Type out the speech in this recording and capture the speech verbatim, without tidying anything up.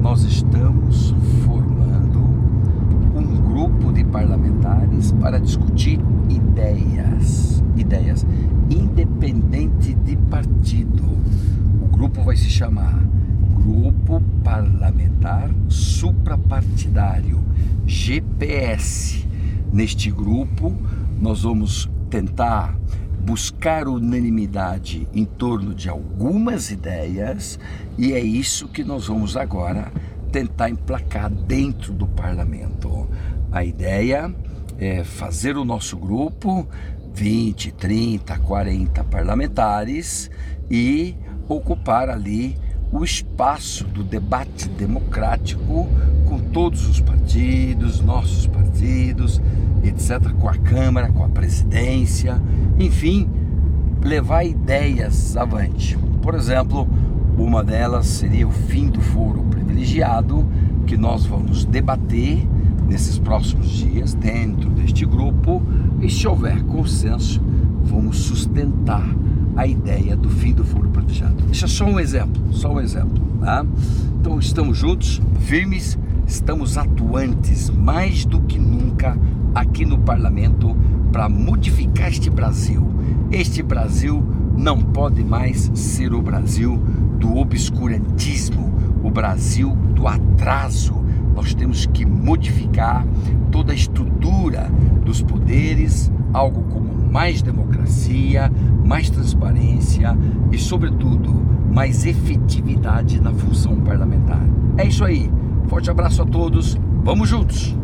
nós estamos formando um grupo de parlamentares para discutir ideias, ideias, independente de partido. O grupo vai se chamar Grupo Parlamentar Suprapartidário, G P S. Neste grupo, nós vamos tentar buscar unanimidade em torno de algumas ideias, e é isso que nós vamos agora tentar emplacar dentro do parlamento. A ideia é fazer o nosso grupo, vinte, trinta, quarenta parlamentares, e ocupar ali o espaço do debate democrático com todos os partidos, nossos partidos, etcétera, com a Câmara, com a presidência, enfim, levar ideias avante. Por exemplo, uma delas seria o fim do foro privilegiado, que nós vamos debater nesses próximos dias dentro deste grupo, e se houver consenso, vamos sustentar a ideia do fim do foro privilegiado. Isso é só um exemplo, só um exemplo, tá? Então estamos juntos, firmes, estamos atuantes mais do que nunca aqui no parlamento para modificar este Brasil. Este Brasil não pode mais ser o Brasil do obscurantismo, o Brasil do atraso. Nós temos que modificar toda a estrutura dos poderes, algo como mais democracia, mais transparência e, sobretudo, mais efetividade na função parlamentar. É isso aí. Forte abraço a todos. Vamos juntos!